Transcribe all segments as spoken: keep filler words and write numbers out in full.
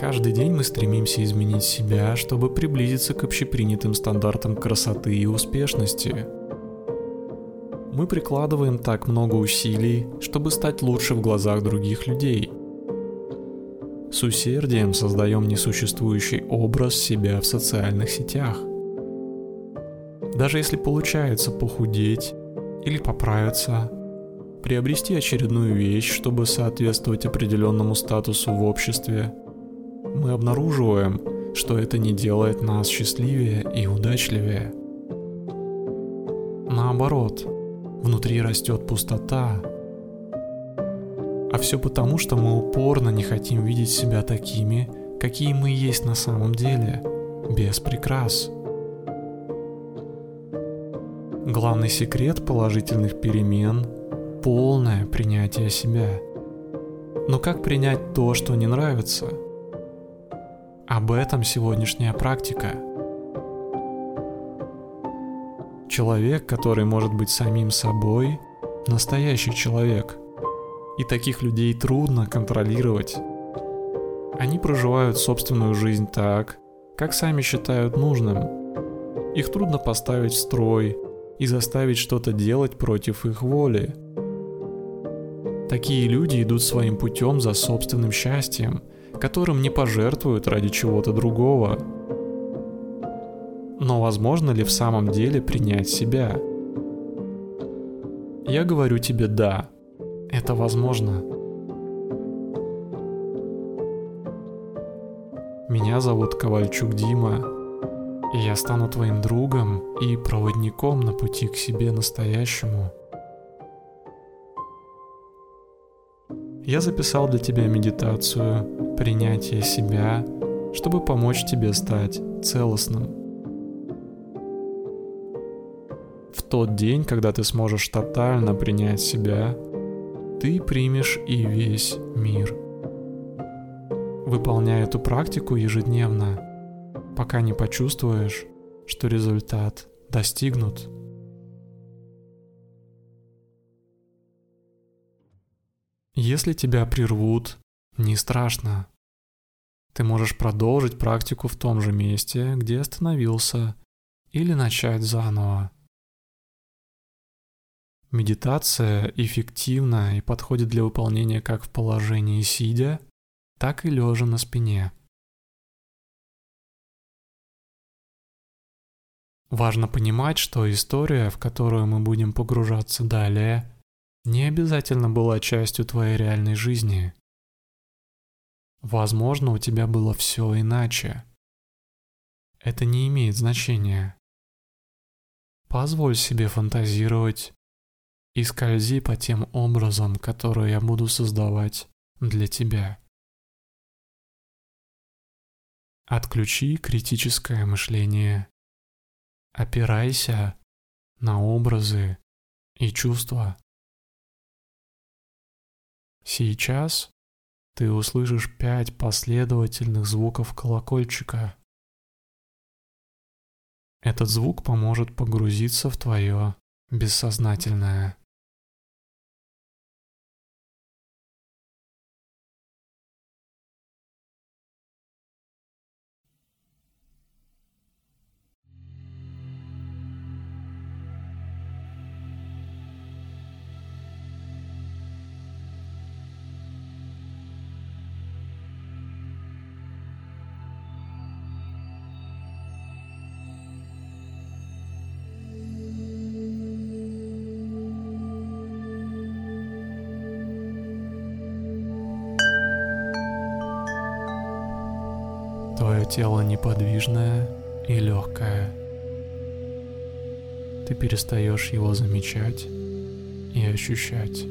Каждый день мы стремимся изменить себя, чтобы приблизиться к общепринятым стандартам красоты и успешности. Мы прикладываем так много усилий, чтобы стать лучше в глазах других людей. С усердием создаем несуществующий образ себя в социальных сетях. Даже если получается похудеть или поправиться, приобрести очередную вещь, чтобы соответствовать определенному статусу в обществе, мы обнаруживаем, что это не делает нас счастливее и удачливее. Наоборот, внутри растет пустота. А все потому, что мы упорно не хотим видеть себя такими, какие мы есть на самом деле, без прикрас. Главный секрет положительных перемен – полное принятие себя. Но как принять то, что не нравится? Об этом сегодняшняя практика. Человек, который может быть самим собой, настоящий человек. И таких людей трудно контролировать. Они проживают собственную жизнь так, как сами считают нужным. Их трудно поставить в строй и заставить что-то делать против их воли. Такие люди идут своим путем за собственным счастьем, которым не пожертвуют ради чего-то другого. Но возможно ли в самом деле принять себя? Я говорю тебе «да». Это возможно. Меня зовут Ковальчук Дима, и я стану твоим другом и проводником на пути к себе настоящему. Я записал для тебя медитацию принятия себя, чтобы помочь тебе стать целостным. В тот день, когда ты сможешь тотально принять себя, ты примешь и весь мир. Выполняй эту практику ежедневно, пока не почувствуешь, что результат достигнут. Если тебя прервут, не страшно. Ты можешь продолжить практику в том же месте, где остановился, или начать заново. Медитация эффективна и подходит для выполнения как в положении сидя, так и лежа на спине. Важно понимать, что история, в которую мы будем погружаться далее, не обязательно была частью твоей реальной жизни. Возможно, у тебя было все иначе. Это не имеет значения. Позволь себе фантазировать и скользи по тем образам, которые я буду создавать для тебя. Отключи критическое мышление. Опирайся на образы и чувства. Сейчас ты услышишь пять последовательных звуков колокольчика. Этот звук поможет погрузиться в твое бессознательное. Твое тело неподвижное и легкое. Ты перестаешь его замечать и ощущать.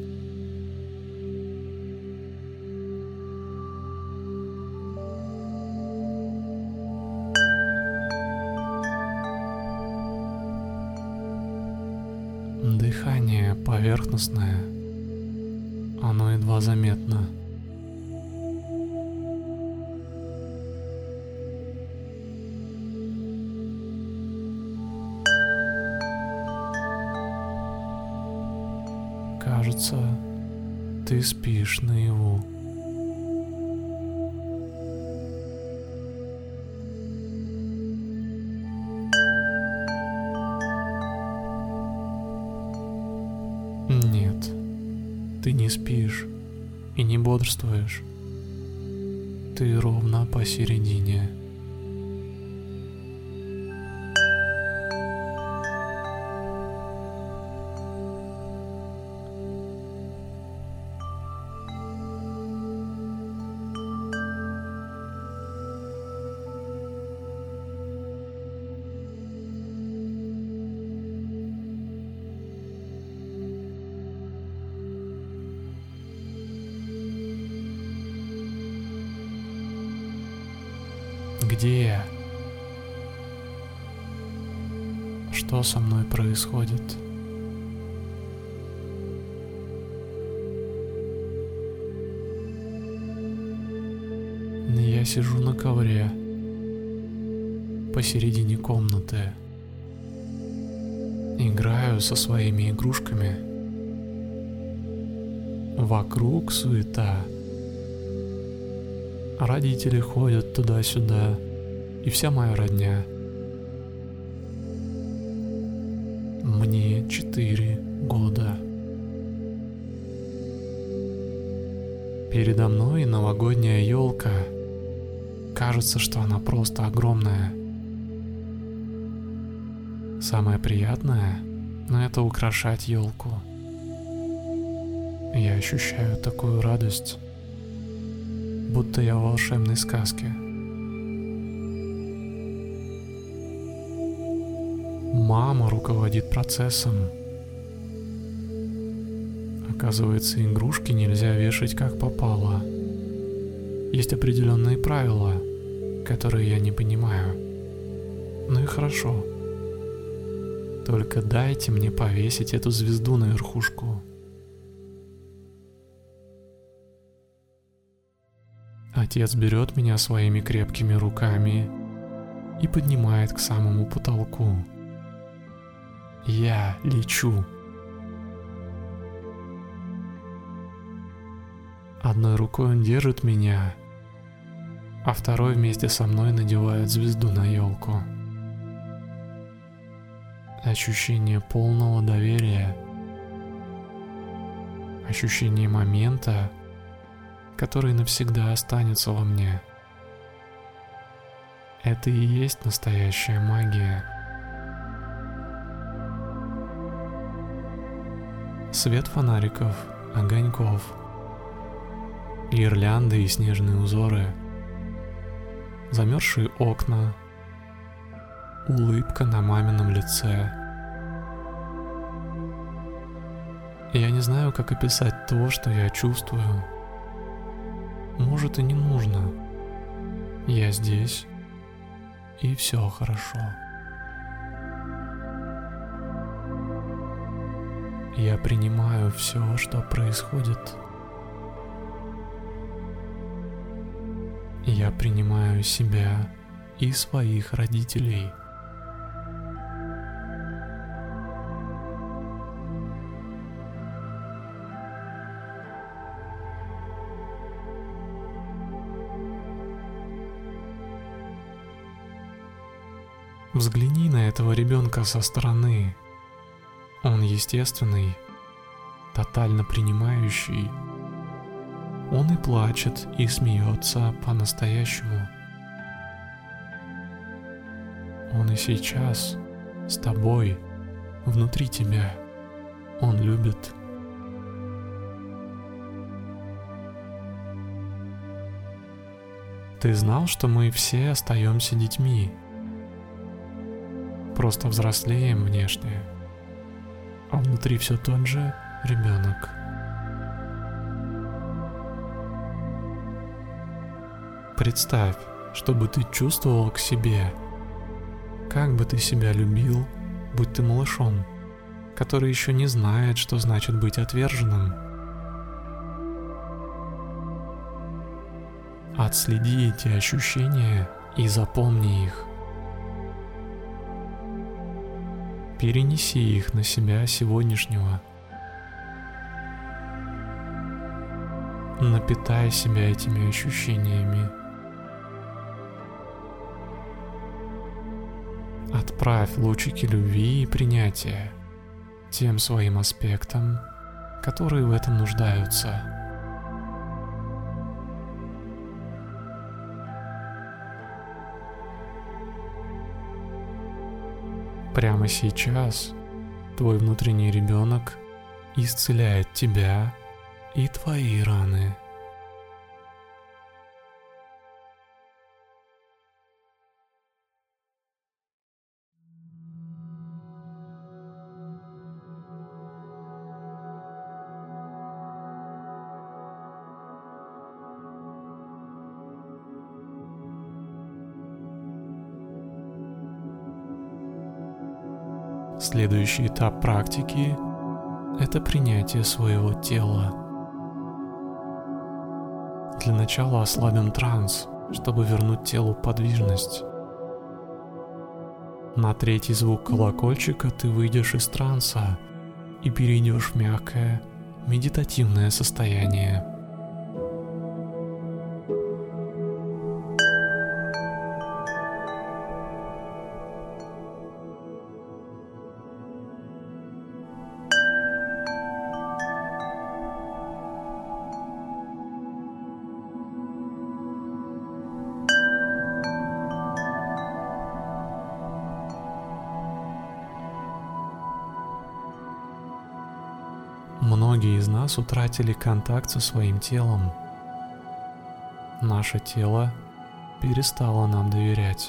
Дыхание поверхностное, оно едва заметно. Кажется, ты спишь наяву. Ты не спишь и не бодрствуешь. Ты ровно посередине. Где я? Что со мной происходит? Я сижу на ковре посередине комнаты, играю со своими игрушками. Вокруг суета. Родители ходят туда-сюда, и вся моя родня. Мне четыре года. Передо мной новогодняя елка. Кажется, что она просто огромная. Самое приятное, но это украшать елку. Я ощущаю такую радость, будто я в волшебной сказке. Мама руководит процессом. Оказывается, игрушки нельзя вешать как попало. Есть определенные правила, которые я не понимаю. Ну и хорошо. Только дайте мне повесить эту звезду на верхушку. Отец берет меня своими крепкими руками и поднимает к самому потолку. Я лечу. Одной рукой он держит меня, а второй вместе со мной надевает звезду на елку. Ощущение полного доверия, ощущение момента, который навсегда останется во мне. Это и есть настоящая магия. Свет фонариков, огоньков, гирлянды и снежные узоры, замерзшие окна, улыбка на мамином лице. Я не знаю, как описать то, что я чувствую. Может, и не нужно. Я здесь, и все хорошо. Я принимаю все, что происходит. Я принимаю себя и своих родителей. Взгляни на этого ребенка со стороны. Он естественный, тотально принимающий. Он и плачет, и смеется по-настоящему. Он и сейчас с тобой, внутри тебя. Он любит. Ты знал, что мы все остаемся детьми? Просто взрослеем внешне, а внутри все тот же ребенок. Представь, что бы ты чувствовал к себе, как бы ты себя любил, будь ты малышом, который еще не знает, что значит быть отверженным. Отследи эти ощущения и запомни их. Перенеси их на себя сегодняшнего. Напитай себя этими ощущениями. Отправь лучики любви и принятия тем своим аспектам, которые в этом нуждаются. Прямо сейчас твой внутренний ребенок исцеляет тебя и твои раны. Следующий этап практики – это принятие своего тела. Для начала ослабим транс, чтобы вернуть телу подвижность. На третий звук колокольчика ты выйдешь из транса и перейдешь в мягкое, медитативное состояние. Многие из нас утратили контакт со своим телом. Наше тело перестало нам доверять.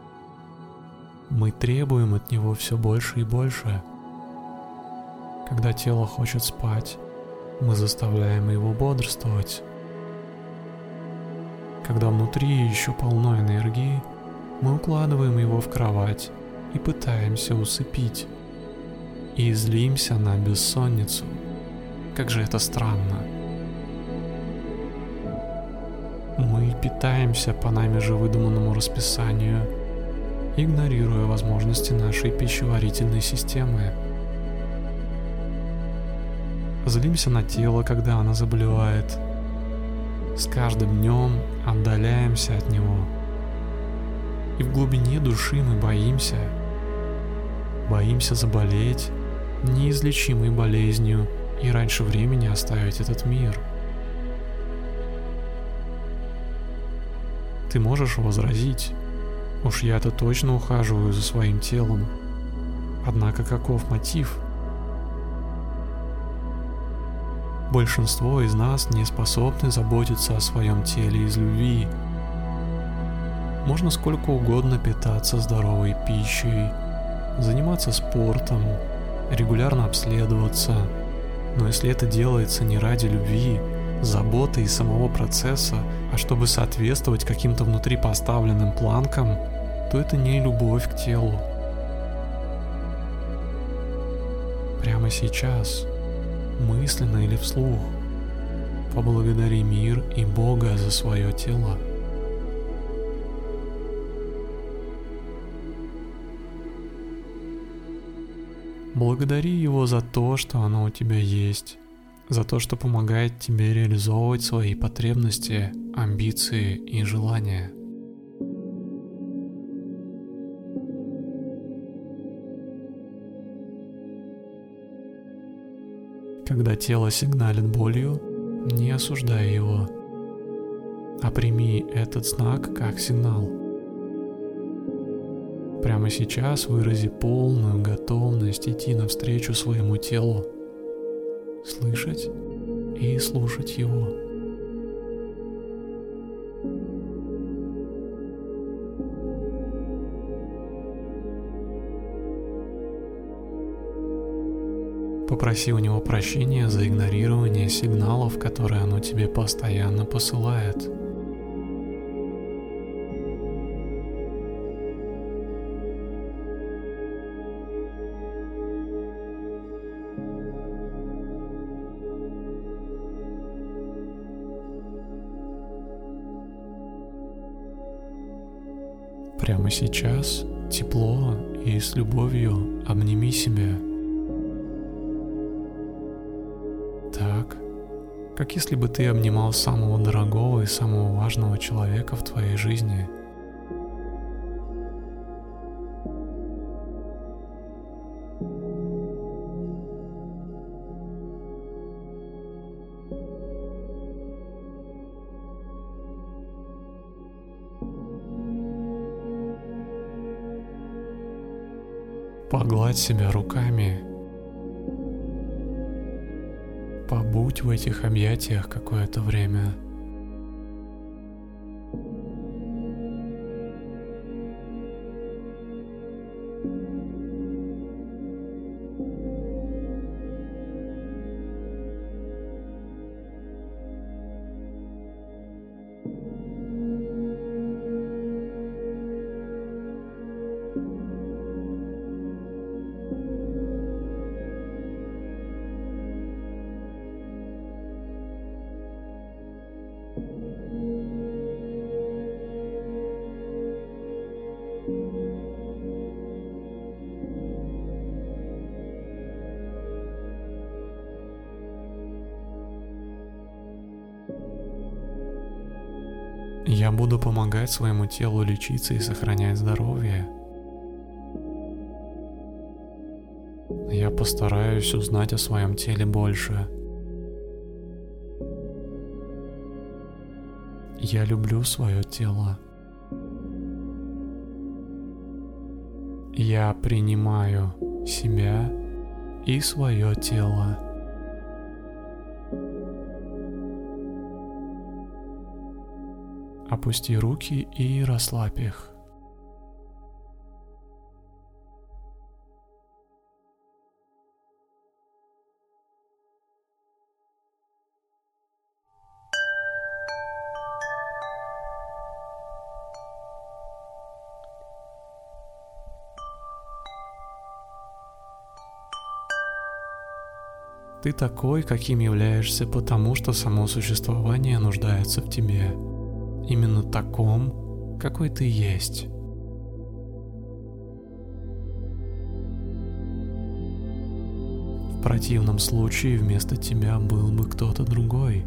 Мы требуем от него все больше и больше. Когда тело хочет спать, мы заставляем его бодрствовать. Когда внутри еще полно энергии, мы укладываем его в кровать и пытаемся усыпить. И злимся на бессонницу. Как же это странно. Мы питаемся по нами же выдуманному расписанию, игнорируя возможности нашей пищеварительной системы. Злимся на тело, когда оно заболевает. С каждым днем отдаляемся от него. И в глубине души мы боимся. Боимся заболеть неизлечимой болезнью и раньше времени оставить этот мир. Ты можешь возразить: уж я-то точно ухаживаю за своим телом. Однако каков мотив? Большинство из нас не способны заботиться о своем теле из любви. Можно сколько угодно питаться здоровой пищей, заниматься спортом, регулярно обследоваться, но если это делается не ради любви, заботы и самого процесса, а чтобы соответствовать каким-то внутри поставленным планкам, то это не любовь к телу. Прямо сейчас, мысленно или вслух, поблагодари мир и Бога за свое тело. Благодари его за то, что оно у тебя есть, за то, что помогает тебе реализовывать свои потребности, амбиции и желания. Когда тело сигналит болью, не осуждай его, а прими этот знак как сигнал. Прямо сейчас вырази полную готовность идти навстречу своему телу, слышать и слушать его. Попроси у него прощения за игнорирование сигналов, которые оно тебе постоянно посылает. Прямо сейчас тепло и с любовью обними себя. Так, как если бы ты обнимал самого дорогого и самого важного человека в твоей жизни. Погладь себя руками. Побудь в этих объятиях какое-то время. Я буду помогать своему телу лечиться и сохранять здоровье. Я постараюсь узнать о своем теле больше. Я люблю свое тело. Я принимаю себя и свое тело. Опусти руки и расслабь их. Ты такой, каким являешься, потому что само существование нуждается в тебе. Именно таком, какой ты есть. В противном случае вместо тебя был бы кто-то другой.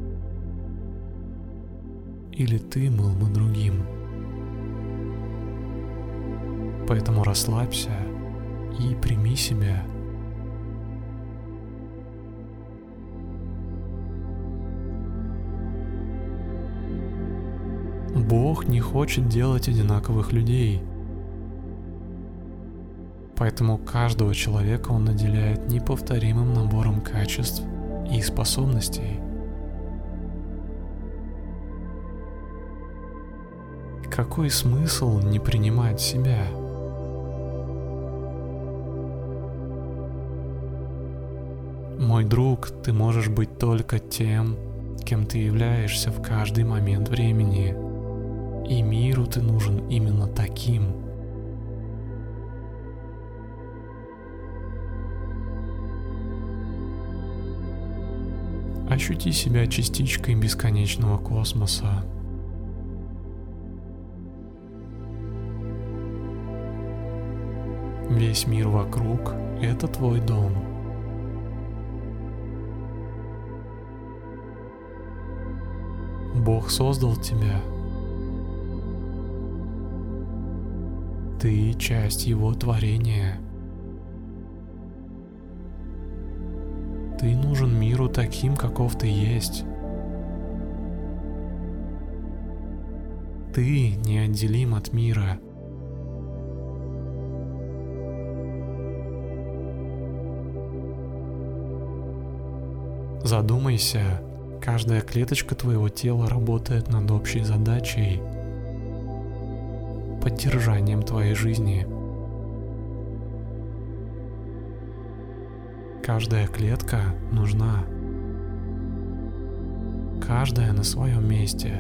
Или ты был бы другим. Поэтому расслабься и прими себя. Бог не хочет делать одинаковых людей. Поэтому каждого человека Он наделяет неповторимым набором качеств и способностей. Какой смысл не принимать себя? Мой друг, ты можешь быть только тем, кем ты являешься в каждый момент времени. И миру ты нужен именно таким. Ощути себя частичкой бесконечного космоса. Весь мир вокруг — это твой дом. Бог создал тебя. Ты часть Его творения. Ты нужен миру таким, каков ты есть. Ты неотделим от мира. Задумайся, каждая клеточка твоего тела работает над общей задачей — поддержанием твоей жизни. Каждая клетка нужна. Каждая на своем месте.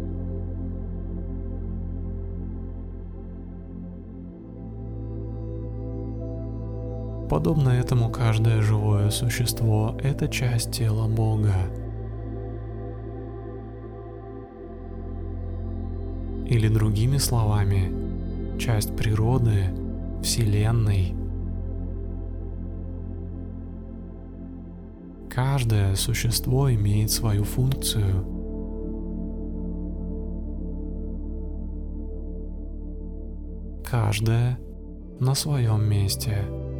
Подобно этому, каждое живое существо — это часть тела Бога. Или другими словами, часть природы, Вселенной. Каждое существо имеет свою функцию. Каждое на своем месте.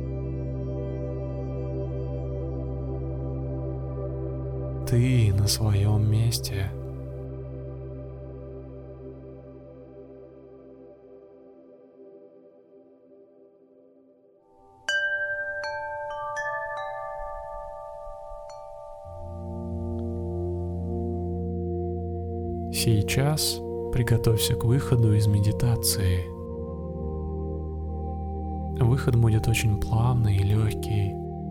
Ты на своем месте. Сейчас приготовься к выходу из медитации. Выход будет очень плавный и легкий.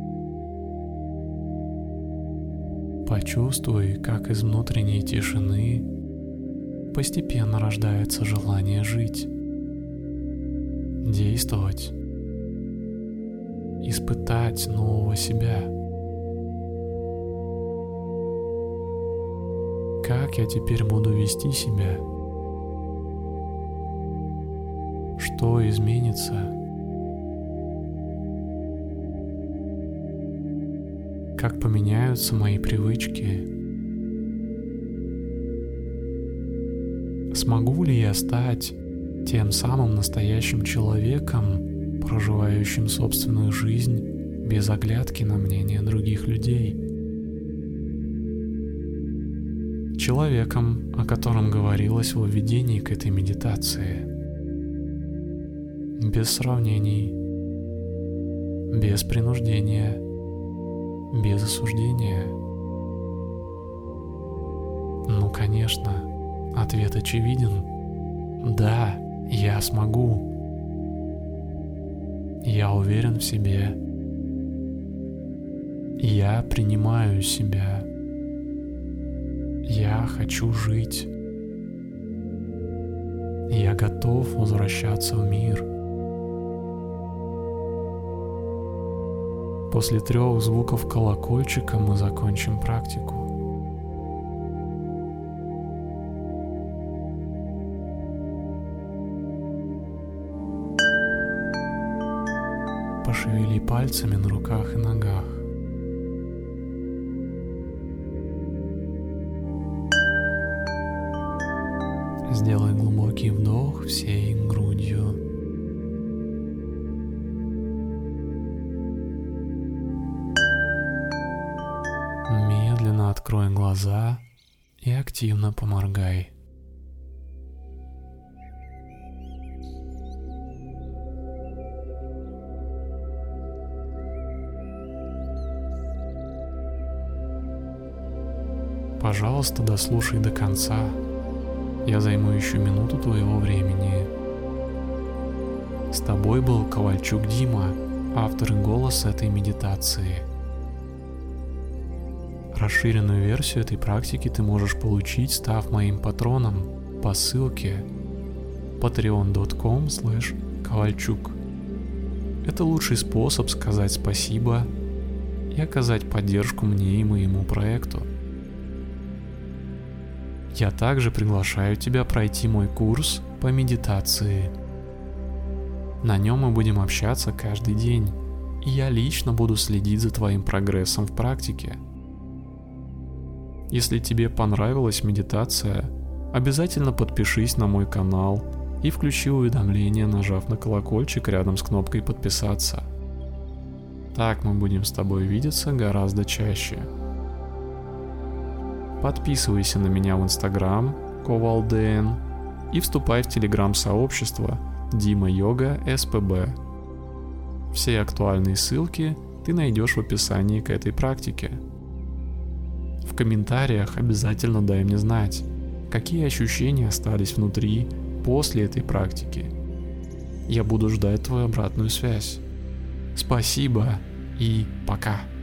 Почувствуй, как из внутренней тишины постепенно рождается желание жить, действовать, испытать нового себя. Как я теперь буду вести себя? Что изменится? Как поменяются мои привычки? Смогу ли я стать тем самым настоящим человеком, проживающим собственную жизнь без оглядки на мнение других людей? Человеком, о котором говорилось во введении к этой медитации. Без сравнений, без принуждения, без осуждения. Ну, конечно, ответ очевиден. Да, я смогу. Я уверен в себе. Я принимаю себя. Я хочу жить. Я готов возвращаться в мир. После трех звуков колокольчика мы закончим практику. Пошевели пальцами на руках и ногах. Сделай глубокий вдох всей грудью. Медленно открой глаза и активно поморгай. Пожалуйста, дослушай до конца. Я займу еще минуту твоего времени. С тобой был Ковальчук Дима, автор и голос этой медитации. Расширенную версию этой практики ты можешь получить, став моим патроном по ссылке patreon точка com слэш ковальчук. Это лучший способ сказать спасибо и оказать поддержку мне и моему проекту. Я также приглашаю тебя пройти мой курс по медитации. На нем мы будем общаться каждый день, и я лично буду следить за твоим прогрессом в практике. Если тебе понравилась медитация, обязательно подпишись на мой канал и включи уведомления, нажав на колокольчик рядом с кнопкой «Подписаться». Так мы будем с тобой видеться гораздо чаще. Подписывайся на меня в Инстаграм ковалдн и вступай в Телеграм-сообщество Дима Йога эс пэ бэ. Все актуальные ссылки ты найдешь в описании к этой практике. В комментариях обязательно дай мне знать, какие ощущения остались внутри после этой практики. Я буду ждать твою обратную связь. Спасибо и пока.